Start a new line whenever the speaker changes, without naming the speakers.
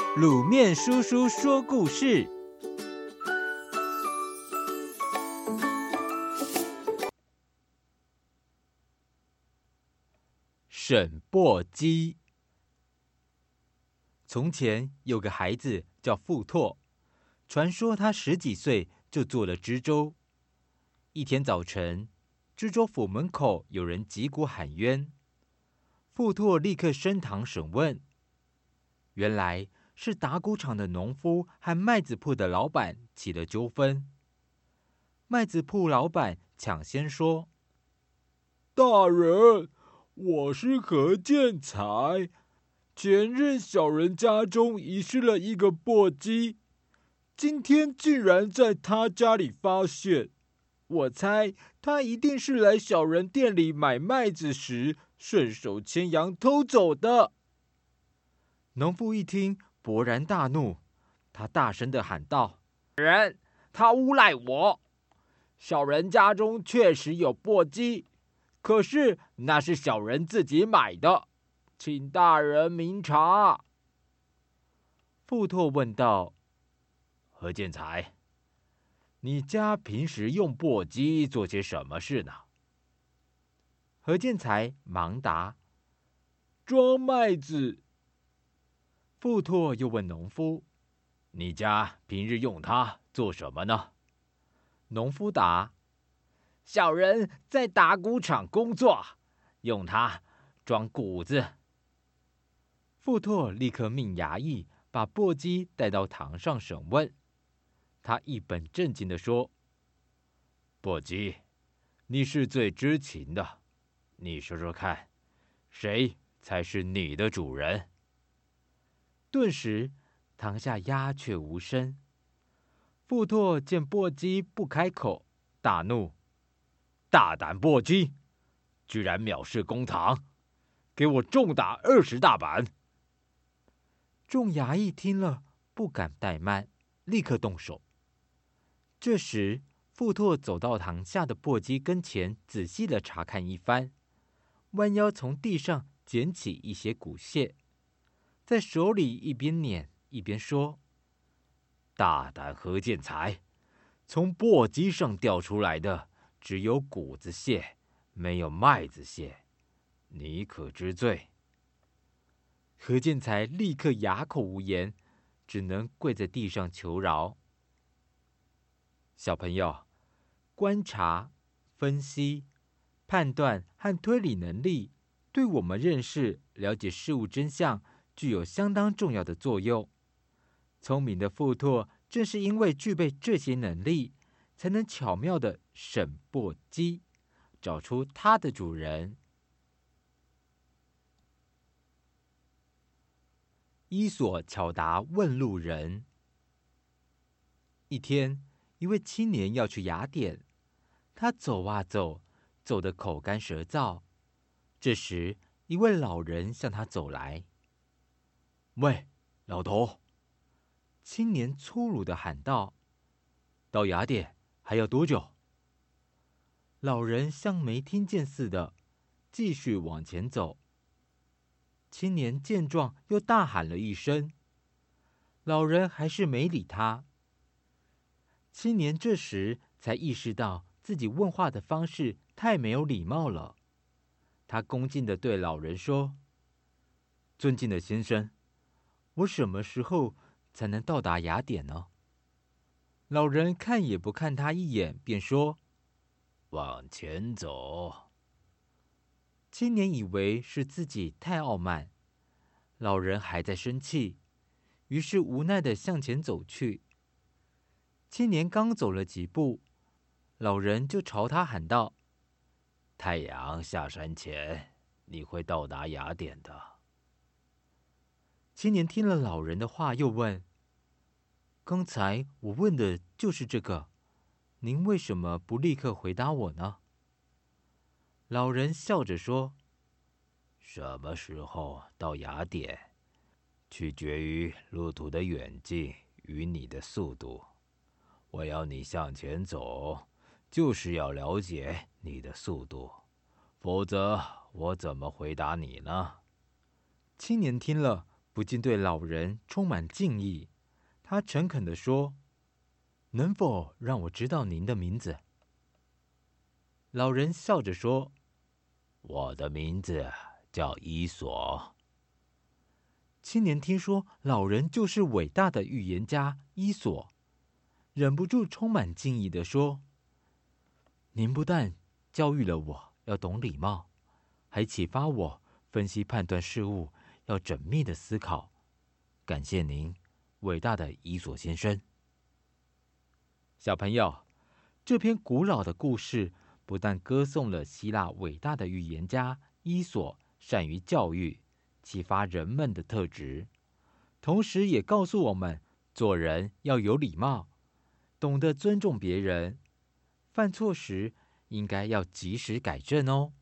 卤面叔叔说故事。沈簸箕。从前有个孩子叫傅拓，传说他10几岁就做了知州。一天早晨，知州府门口有人击鼓喊冤，傅拓立刻升堂审问。原来是打谷场的农夫和麦子铺的老板起了纠纷。麦子铺老板抢先说：“
大人，我是何建才，前任小人家中遗失了一个簸箕，今天竟然在他家里发现。我猜他一定是来小人店里买麦子时顺手牵羊偷走的。”
农夫一听，勃然大怒，他大声地喊道：“
他诬赖我！小人家中确实有簸箕，可是那是小人自己买的，请大人明察。”
傅拓问道：“何建才，你家平时用簸箕做些什么事呢？”何建才忙答：“
装麦子。”
傅拓又问农夫：“你家平日用它做什么呢？”农夫答：“
小人在打谷场工作，用它装谷子。”
傅拓立刻命衙役把簸箕带到堂上审问。他一本正经地说：“簸箕，你是最知情的，你说说看，谁才是你的主人？”顿时，堂下鸦雀无声。傅拓见簸箕不开口，大怒：“大胆簸箕，居然藐视公堂，给我重打20大板！”众衙役听了，不敢怠慢，立刻动手。这时，傅拓走到堂下的簸箕跟前，仔细地查看一番，弯腰从地上捡起一些谷屑，在手里一边捻一边说：“大胆何建才，从簸箕上掉出来的只有谷子屑，没有麦子屑，你可知罪？”何建才立刻哑口无言，只能跪在地上求饶。小朋友，观察、分析、判断和推理能力，对我们认识、了解事物真相具有相当重要的作用。聪明的傅拓正是因为具备这些能力，才能巧妙地审簸箕，找出它的主人。伊索巧答问路人。一天，一位青年要去雅典，他走啊走，走得口干舌燥。这时，一位老人向他走来。“喂，老头！”青年粗鲁地喊道，“到雅典还要多久？”老人像没听见似的，继续往前走。青年见状，又大喊了一声，老人还是没理他。青年这时才意识到自己问话的方式太没有礼貌了。他恭敬地对老人说：“尊敬的先生，我什么时候才能到达雅典呢？”老人看也不看他一眼，便说：“往前走。”青年以为是自己太傲慢，老人还在生气，于是无奈地向前走去。青年刚走了几步，老人就朝他喊道：“太阳下山前，你会到达雅典的。”青年听了老人的话，又问：“刚才我问的就是这个，您为什么不立刻回答我呢？”老人笑着说：“什么时候到雅典，取决于路途的远近与你的速度。我要你向前走，就是要了解你的速度，否则我怎么回答你呢？”青年听了， 不禁对老人充满敬意。他诚恳地说：“能否让我知道您的名字？”老人笑着说：“我的名字叫伊索。”青年听说老人就是伟大的预言家伊索，忍不住充满敬意地说：“您不但教育了我要懂礼貌，还启发我分析判断事物要缜密的思考。感谢您，伟大的伊索先生。”小朋友，这篇古老的故事不但歌颂了希腊伟大的预言家伊索善于教育、启发人们的特质，同时也告诉我们做人要有礼貌，懂得尊重别人，犯错时应该要及时改正哦。